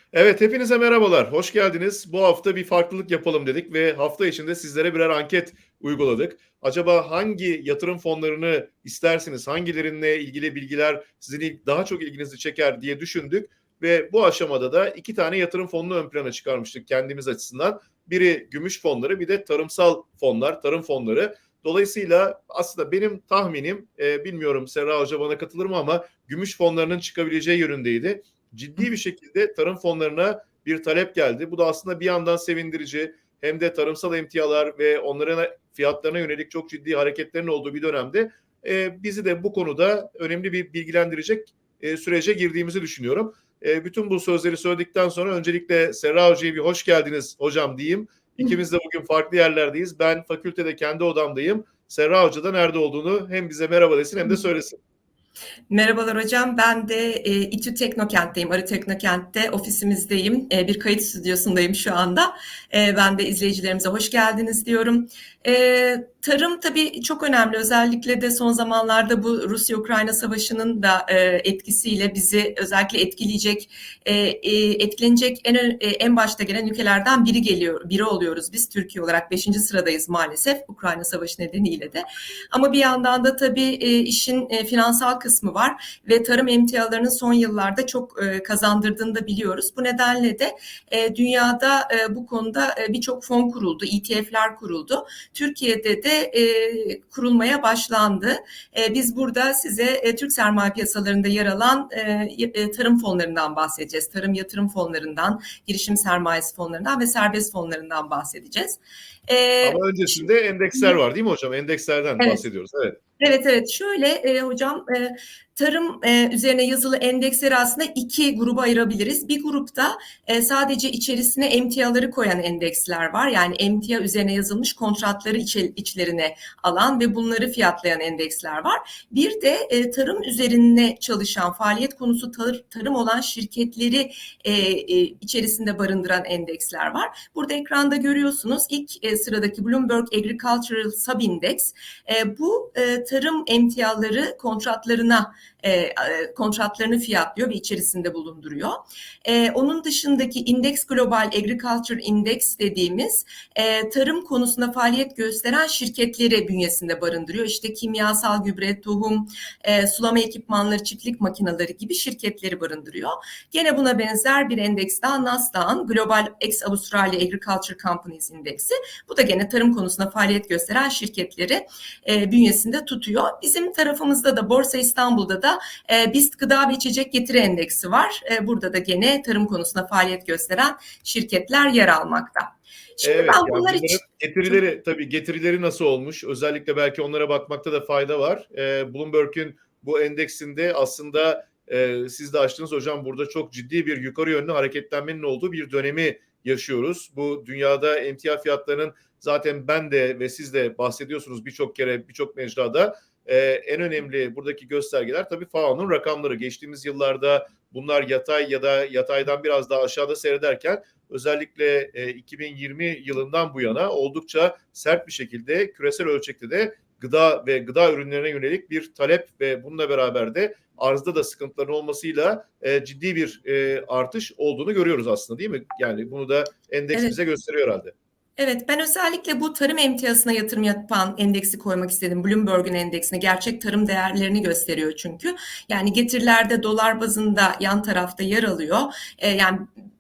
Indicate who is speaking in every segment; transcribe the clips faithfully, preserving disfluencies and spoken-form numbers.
Speaker 1: Evet, hepinize merhabalar, hoş geldiniz. Bu hafta bir farklılık yapalım dedik ve hafta içinde sizlere birer anket uyguladık. Acaba hangi yatırım fonlarını istersiniz, hangilerinle ilgili bilgiler sizin daha çok ilginizi çeker diye düşündük ve bu aşamada da iki tane yatırım fonunu ön plana çıkarmıştık kendimiz açısından. Biri gümüş fonları, bir de tarımsal fonlar, tarım fonları. Dolayısıyla aslında benim tahminim, e, bilmiyorum Serra Hoca bana katılır mı ama gümüş fonlarının çıkabileceği yönündeydi. Ciddi bir şekilde tarım fonlarına bir talep geldi. Bu da aslında bir yandan sevindirici, hem de tarımsal emtialar ve onların fiyatlarına yönelik çok ciddi hareketlerin olduğu bir dönemde e, bizi de bu konuda önemli bir bilgilendirecek e, sürece girdiğimizi düşünüyorum. E, bütün bu sözleri söyledikten sonra öncelikle Serra Hoca'ya bir hoş geldiniz hocam diyeyim. İkimiz de bugün farklı yerlerdeyiz. Ben fakültede kendi odamdayım. Serra Hoca da nerede olduğunu hem bize merhaba desin hem de söylesin.
Speaker 2: Merhabalar hocam. Ben de e, İTÜ Teknokent'teyim. Arı Teknokent'te ofisimizdeyim. E, bir kayıt stüdyosundayım şu anda. E, ben de izleyicilerimize hoş geldiniz diyorum. E, tarım tabii çok önemli. Özellikle de son zamanlarda bu Rusya-Ukrayna savaşının da e, etkisiyle bizi özellikle etkileyecek, e, e, etkilenecek en e, en başta gelen ülkelerden biri geliyor, biri oluyoruz. Biz Türkiye olarak beşinci sıradayız maalesef Ukrayna savaşı nedeniyle de. Ama bir yandan da tabii e, işin e, finansal kısmı var ve tarım emtialarının son yıllarda çok e, kazandırdığını da biliyoruz. Bu nedenle de e, dünyada e, bu konuda e, birçok fon kuruldu, E T F'ler kuruldu. Türkiye'de de e, kurulmaya başlandı. E, biz burada size e, Türk sermaye piyasalarında yer alan e, e, tarım fonlarından bahsedeceğiz. Tarım yatırım fonlarından, girişim sermayesi fonlarından ve serbest fonlarından bahsedeceğiz. E,
Speaker 1: Ama öncesinde endeksler var değil mi hocam? Endekslerden
Speaker 2: evet.
Speaker 1: bahsediyoruz. Evet.
Speaker 2: Evet evet şöyle e, hocam e, tarım e, üzerine yazılı endeksleri aslında iki gruba ayırabiliriz. Bir grupta e, sadece içerisine emtiaları koyan endeksler var. Yani emtia üzerine yazılmış kontratları iç, içlerine alan ve bunları fiyatlayan endeksler var. Bir de e, tarım üzerine çalışan faaliyet konusu tar, tarım olan şirketleri e, e, içerisinde barındıran endeksler var. Burada ekranda görüyorsunuz ilk e, sıradaki Bloomberg Agricultural Subindex. E, bu e, tarım emtiaları kontratlarına e, kontratlarını fiyatlıyor ve içerisinde bulunduruyor. E, onun dışındaki Index Global Agriculture Index dediğimiz e, tarım konusunda faaliyet gösteren şirketleri bünyesinde barındırıyor. İşte kimyasal gübre, tohum, e, sulama ekipmanları, çiftlik makineleri gibi şirketleri barındırıyor. Gene buna benzer bir endeks daha Nasdaq'ın Global ex Avustralya Agriculture Companies Indeksi. Bu da gene tarım konusunda faaliyet gösteren şirketleri e, bünyesinde tutuyor. Bizim tarafımızda da Borsa İstanbul'da da e, BIST Gıda ve İçecek Getiri Endeksi var. E, burada da gene tarım konusunda faaliyet gösteren şirketler yer almakta. Şimdi
Speaker 1: Evet,
Speaker 2: ben
Speaker 1: yani
Speaker 2: bunlar
Speaker 1: bunların
Speaker 2: için
Speaker 1: getirileri tabii getirileri nasıl olmuş? Özellikle belki onlara bakmakta da fayda var. Ee, Bloomberg'ün bu endeksinde aslında e, siz de açtınız hocam, burada çok ciddi bir yukarı yönlü hareketlenmenin olduğu bir dönemi yaşıyoruz. Bu dünyada emtia fiyatlarının, zaten ben de ve siz de bahsediyorsunuz birçok kere birçok mecrada, e, en önemli buradaki göstergeler tabii F A O'nun rakamları. Geçtiğimiz yıllarda bunlar yatay ya da yataydan biraz daha aşağıda seyrederken özellikle e, iki bin yirmi yılından bu yana oldukça sert bir şekilde küresel ölçekte de gıda ve gıda ürünlerine yönelik bir talep ve bununla beraber de arzda da sıkıntıların olmasıyla e, ciddi bir e, artış olduğunu görüyoruz aslında, değil mi? Yani bunu da endeks
Speaker 2: evet.
Speaker 1: bize gösteriyor herhalde.
Speaker 2: Evet, ben özellikle bu tarım emtiasına yatırım yapan endeksi koymak istedim. Bloomberg'un endeksine gerçek tarım değerlerini gösteriyor çünkü. Yani getirilerde dolar bazında yan tarafta yer alıyor. Ee, yani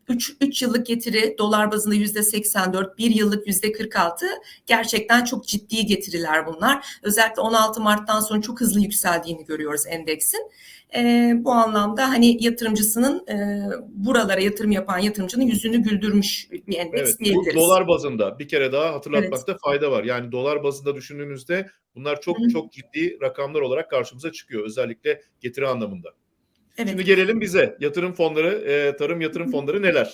Speaker 2: üç yıllık getiri dolar bazında yüzde seksen dört, bir yıllık yüzde kırk altı, gerçekten çok ciddi getiriler bunlar. Özellikle on altı Mart'tan sonra çok hızlı yükseldiğini görüyoruz endeksin. E, bu anlamda hani yatırımcısının e, buralara yatırım yapan yatırımcının yüzünü güldürmüş bir endeks
Speaker 1: Evet, bu
Speaker 2: diyebiliriz.
Speaker 1: dolar bazında bir kere daha
Speaker 2: Evet.
Speaker 1: hatırlatmakta fayda var. Yani dolar bazında düşündüğünüzde bunlar çok çok ciddi rakamlar olarak karşımıza çıkıyor, özellikle getiri anlamında. Şimdi
Speaker 2: Evet.
Speaker 1: gelelim bize. Yatırım fonları, e, tarım yatırım fonları neler?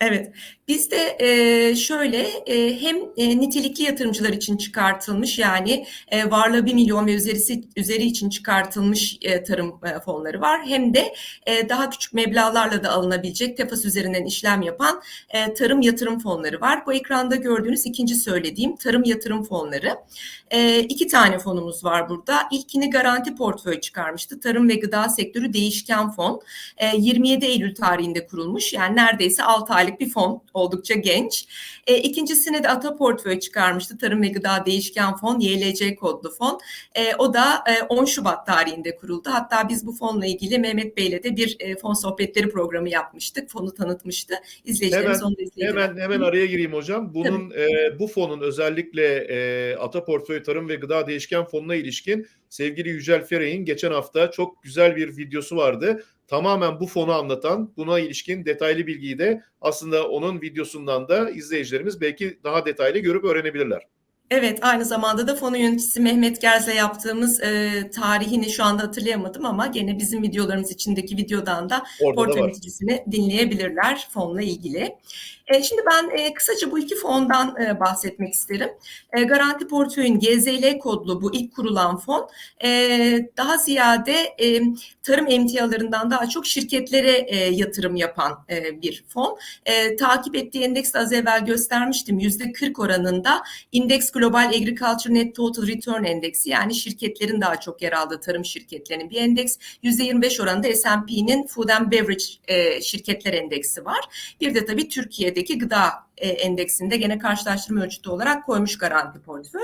Speaker 2: Evet, bizde e, şöyle e, hem e, nitelikli yatırımcılar için çıkartılmış yani e, varlığı bir milyon ve üzerisi üzeri için çıkartılmış e, tarım e, fonları var. Hem de e, daha küçük meblağlarla da alınabilecek TEFAS üzerinden işlem yapan e, tarım yatırım fonları var. Bu ekranda gördüğünüz ikinci söylediğim tarım yatırım fonları. E, iki tane fonumuz var burada. İlkini Garanti Portföy çıkarmıştı. Tarım ve Gıda Sektörü Değişken Fon. E, yirmi yedi Eylül tarihinde kurulmuş. Yani neredeyse altı aylık bir fon, oldukça genç. E, ikincisini de Ata Portföy çıkarmıştı. Tarım ve Gıda Değişken Fon, Y L C kodlu fon. E, o da e, on Şubat tarihinde kuruldu. Hatta biz bu fonla ilgili Mehmet Bey'le de bir e, fon sohbetleri programı yapmıştık. Fonu tanıtmıştı. İzleyicilerimiz
Speaker 1: Hemen
Speaker 2: onu da izlediler.
Speaker 1: hemen hemen araya gireyim hocam.
Speaker 2: Tabii.
Speaker 1: Bunun e, bu fonun özellikle e, Ata Portföy Tarım ve Gıda Değişken Fonu'na ilişkin sevgili Yücel Ferey'in geçen hafta çok güzel bir videosu vardı. Tamamen bu fonu anlatan, buna ilişkin detaylı bilgiyi de aslında onun videosundan da izleyicilerimiz belki daha detaylı görüp öğrenebilirler.
Speaker 2: Evet, aynı zamanda da fonun yöneticisi Mehmet Gerz'le yaptığımız e, tarihini şu anda hatırlayamadım ama gene bizim videolarımız içindeki videodan da
Speaker 1: Orada da
Speaker 2: portföy
Speaker 1: var.
Speaker 2: yöneticisini dinleyebilirler fonla ilgili. E, şimdi ben e, kısaca bu iki fondan e, bahsetmek isterim. E, Garanti Portföy'ün G Z L kodlu bu ilk kurulan fon e, daha ziyade e, tarım emtialarından daha çok şirketlere e, yatırım yapan e, bir fon. E, takip ettiği endeks de az evvel göstermiştim. yüzde kırk oranında Index Global Agriculture Net Total Return Endeksi yani şirketlerin daha çok yer aldığı tarım şirketlerinin bir endeks. yüzde yirmi beş oranında S and P'nin Food and Beverage e, şirketler endeksi var. Bir de tabii Türkiye'deki gıda e, endeksinde gene karşılaştırma ölçütü olarak koymuş Garanti Portföy.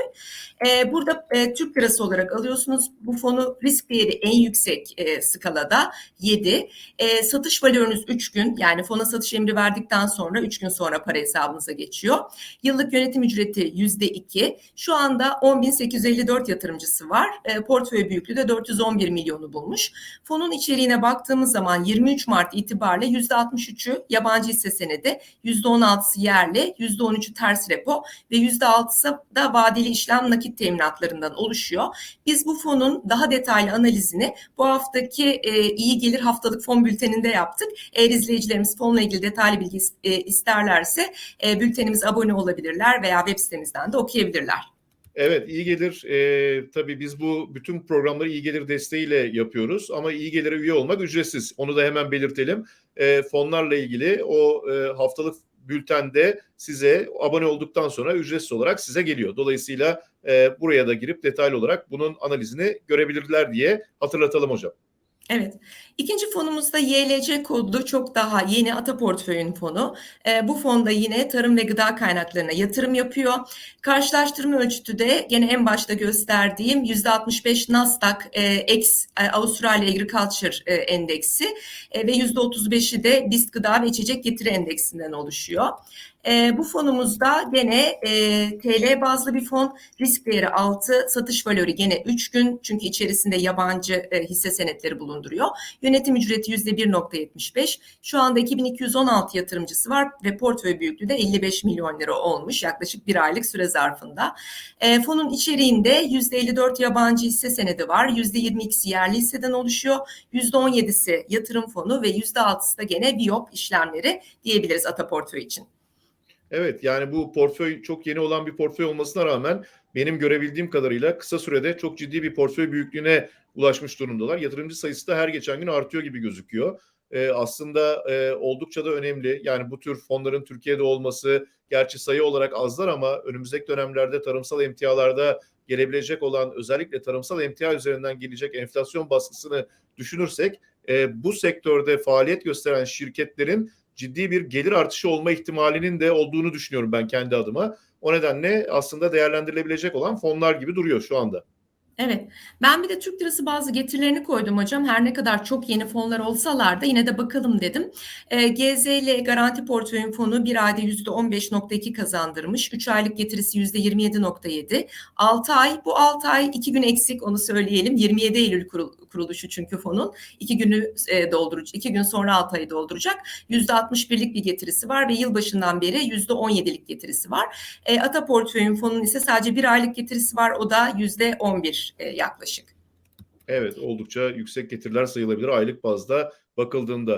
Speaker 2: E, burada e, Türk lirası olarak alıyorsunuz. Bu fonu risk değeri en yüksek e, skalada yedi. E, satış valörünüz üç gün yani fona satış emri verdikten sonra üç gün sonra para hesabınıza geçiyor. Yıllık yönetim ücreti yüzde iki. Şu anda on bin sekiz yüz elli dört yatırımcısı var. E, portföy büyüklüğü de dört yüz on bir milyonu bulmuş. Fonun içeriğine baktığımız zaman yirmi üç Mart itibariyle yüzde altmış üçü yabancı hisse senedi, yüzde on altısı yerli, yüzde on üçü ters repo ve yüzde altısı da vadeli işlem nakit teminatlarından oluşuyor. Biz bu fonun daha detaylı analizini bu haftaki e, iyi gelir haftalık fon bülteninde yaptık. Eğer izleyicilerimiz fonla ilgili detaylı bilgi e, isterlerse e, bültenimize abone olabilirler veya web sitemizden de okuyabilirler.
Speaker 1: Evet, iyi gelir. E, tabii biz bu bütün programları iyi gelir desteğiyle yapıyoruz ama iyi gelire üye olmak ücretsiz. Onu da hemen belirtelim. E, fonlarla ilgili o e, haftalık bültende size abone olduktan sonra ücretsiz olarak size geliyor. Dolayısıyla e, buraya da girip detaylı olarak bunun analizini görebilirler diye hatırlatalım hocam.
Speaker 2: Evet. İkinci fonumuz da Y L C kodlu çok daha yeni Ata Portföy'ün fonu. E, bu fonda yine tarım ve gıda kaynaklarına yatırım yapıyor. Karşılaştırma ölçütü de gene en başta gösterdiğim yüzde altmış beş Nasdaq e, X e, Avustralya Agriculture e, endeksi e, ve yüzde otuz beşi de BIST Gıda ve İçecek Getiri endeksinden oluşuyor. E, bu fonumuzda gene e, T L bazlı bir fon, risk değeri altı, satış valörü gene üç gün çünkü içerisinde yabancı e, hisse senetleri bulunduruyor. Yönetim ücreti yüzde bir nokta yetmiş beş. Şu anda iki bin iki yüz on altı yatırımcısı var ve portföy büyüklüğü de elli beş milyon lira olmuş yaklaşık bir aylık süre zarfında. E, fonun içeriğinde yüzde elli dört yabancı hisse senedi var, yüzde yirmi ikisi yerli hisseden oluşuyor, yüzde on yedisi yatırım fonu ve yüzde altısı da gene Biyop işlemleri diyebiliriz Ata Portföy için.
Speaker 1: Evet, yani bu portföy çok yeni olan bir portföy olmasına rağmen benim görebildiğim kadarıyla kısa sürede çok ciddi bir portföy büyüklüğüne ulaşmış durumdalar. Yatırımcı sayısı da her geçen gün artıyor gibi gözüküyor. Ee, aslında e, oldukça da önemli. Yani bu tür fonların Türkiye'de olması, gerçi sayı olarak azlar ama önümüzdeki dönemlerde tarımsal emtialarda gelebilecek olan özellikle tarımsal emtia üzerinden gelecek enflasyon baskısını düşünürsek e, bu sektörde faaliyet gösteren şirketlerin ciddi bir gelir artışı olma ihtimalinin de olduğunu düşünüyorum ben kendi adıma. O nedenle aslında değerlendirilebilecek olan fonlar gibi duruyor şu anda.
Speaker 2: Evet, ben bir de Türk lirası bazı getirilerini koydum hocam. Her ne kadar çok yeni fonlar olsalar da yine de bakalım dedim. E, G Z L Garanti Portföyün fonu bir ayda yüzde on beş nokta iki kazandırmış. üç aylık getirisi yüzde yirmi yedi nokta yedi. altı ay, bu altı ay iki gün eksik onu söyleyelim. yirmi yedi Eylül kurul, kuruluşu çünkü fonun. iki günü e, doldurucu, iki gün sonra altı ayı dolduracak. yüzde altmış birlik bir getirisi var ve yılbaşından beri yüzde on yedilik getirisi var. E, Ata Portföyün fonunun ise sadece bir aylık getirisi var. O da yüzde on bir. Yaklaşık.
Speaker 1: Evet, oldukça yüksek getiriler sayılabilir aylık bazda bakıldığında.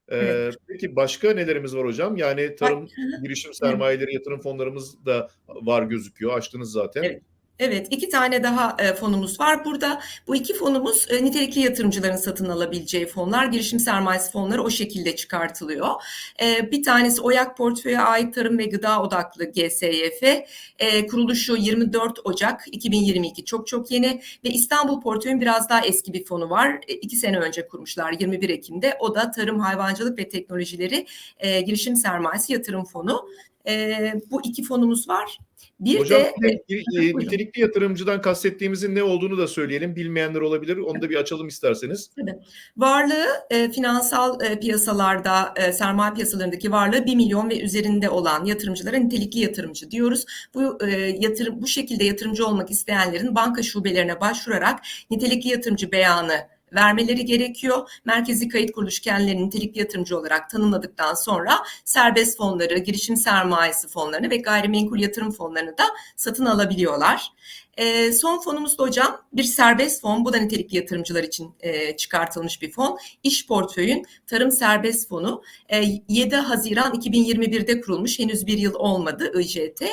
Speaker 2: Evet.
Speaker 1: Eee, peki başka nelerimiz var hocam? Yani
Speaker 2: Var.
Speaker 1: tarım,
Speaker 2: Hı hı.
Speaker 1: girişim
Speaker 2: Evet.
Speaker 1: sermayeleri, yatırım fonlarımız da var gözüküyor. Açtınız zaten.
Speaker 2: Evet. Evet, iki tane daha, eee, fonumuz var. Burada bu iki fonumuz, eee, nitelikli yatırımcıların satın alabileceği fonlar. Girişim sermayesi fonları o şekilde çıkartılıyor. Eee, bir tanesi OYAK Portföy'e ait tarım ve gıda odaklı G S Y F. Eee, kuruluşu yirmi dört Ocak iki bin yirmi iki, çok çok yeni ve İstanbul Portföy'ün biraz daha eski bir fonu var. E, iki sene önce kurmuşlar yirmi bir Ekim'de. O da Tarım, Hayvancılık ve Teknolojileri eee, Girişim Sermayesi Yatırım Fonu. Eee, bu iki fonumuz var. Bir
Speaker 1: Hocam
Speaker 2: de
Speaker 1: bir de eee,
Speaker 2: buyurun.
Speaker 1: nitelikli yatırımcıdan kastettiğimizin ne olduğunu da söyleyelim. Bilmeyenler olabilir. Onu da bir açalım isterseniz.
Speaker 2: Tabii. Varlığı e, finansal e, piyasalarda, e, sermaye piyasalarındaki varlığı bir milyon ve üzerinde olan yatırımcılara nitelikli yatırımcı diyoruz. Bu e, yatırım bu şekilde yatırımcı olmak isteyenlerin banka şubelerine başvurarak nitelikli yatırımcı beyanı vermeleri gerekiyor. Merkezi kayıt kuruluş kendilerini nitelikli yatırımcı olarak tanımladıktan sonra serbest fonları, girişim sermayesi fonlarını ve gayrimenkul yatırım fonlarını da satın alabiliyorlar. E, son fonumuz da hocam bir serbest fon. Bu da nitelikli yatırımcılar için e, çıkartılmış bir fon. İş Portföy'ün Tarım Serbest Fonu. E, yedi Haziran iki bin yirmi birde kurulmuş. Henüz bir yıl olmadı I J T.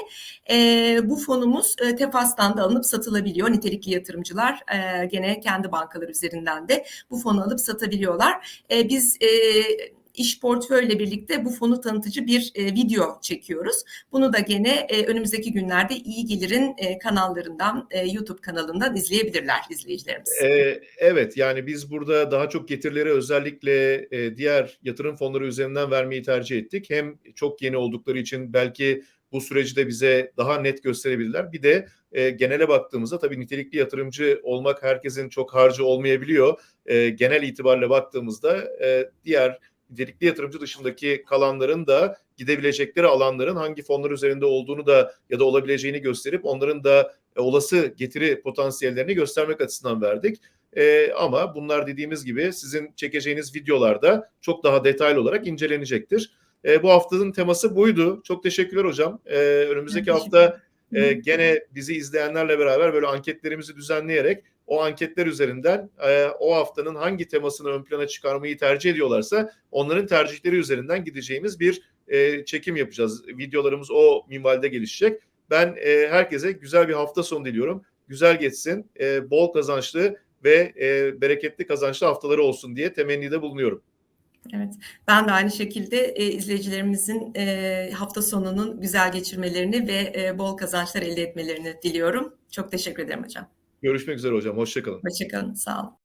Speaker 2: E, bu fonumuz e, Tefas'tan da alınıp satılabiliyor. Nitelikli yatırımcılar e, gene kendi bankaları üzerinden de bu fonu alıp satabiliyorlar. E, biz e, İş Portföy'le birlikte bu fonu tanıtıcı bir e, video çekiyoruz. Bunu da gene e, önümüzdeki günlerde İyi Gelir'in e, kanallarından, e, YouTube kanalından izleyebilirler izleyicilerimiz.
Speaker 1: Eee, evet, yani biz burada daha çok getirileri özellikle eee, diğer yatırım fonları üzerinden vermeyi tercih ettik. Hem çok yeni oldukları için belki bu süreci de bize daha net gösterebilirler. Bir de eee, genele baktığımızda tabii nitelikli yatırımcı olmak herkesin çok harcı olmayabiliyor. Eee, genel itibariyle baktığımızda eee, diğer nitelikli yatırımcı dışındaki kalanların da gidebilecekleri alanların hangi fonlar üzerinde olduğunu da ya da olabileceğini gösterip onların da e, olası getiri potansiyellerini göstermek açısından verdik. E, ama bunlar dediğimiz gibi sizin çekeceğiniz videolarda çok daha detaylı olarak incelenecektir. E, bu haftanın teması buydu. Çok teşekkürler hocam. E, önümüzdeki
Speaker 2: Ben teşekkür ederim.
Speaker 1: hafta e, gene bizi izleyenlerle beraber böyle anketlerimizi düzenleyerek o anketler üzerinden e, o haftanın hangi temasını ön plana çıkarmayı tercih ediyorlarsa onların tercihleri üzerinden gideceğimiz bir e, çekim yapacağız. Videolarımız o minvalde gelişecek. Ben e, herkese güzel bir hafta sonu diliyorum. Güzel geçsin, e, bol kazançlı ve e, bereketli kazançlı haftaları olsun diye temennide bulunuyorum.
Speaker 2: Evet, ben de aynı şekilde e, izleyicilerimizin e, hafta sonunun güzel geçirmelerini ve e, bol kazançlar elde etmelerini diliyorum. Çok teşekkür ederim hocam.
Speaker 1: Görüşmek üzere hocam, hoşça kalın.
Speaker 2: Hoşça kalın, sağ olun.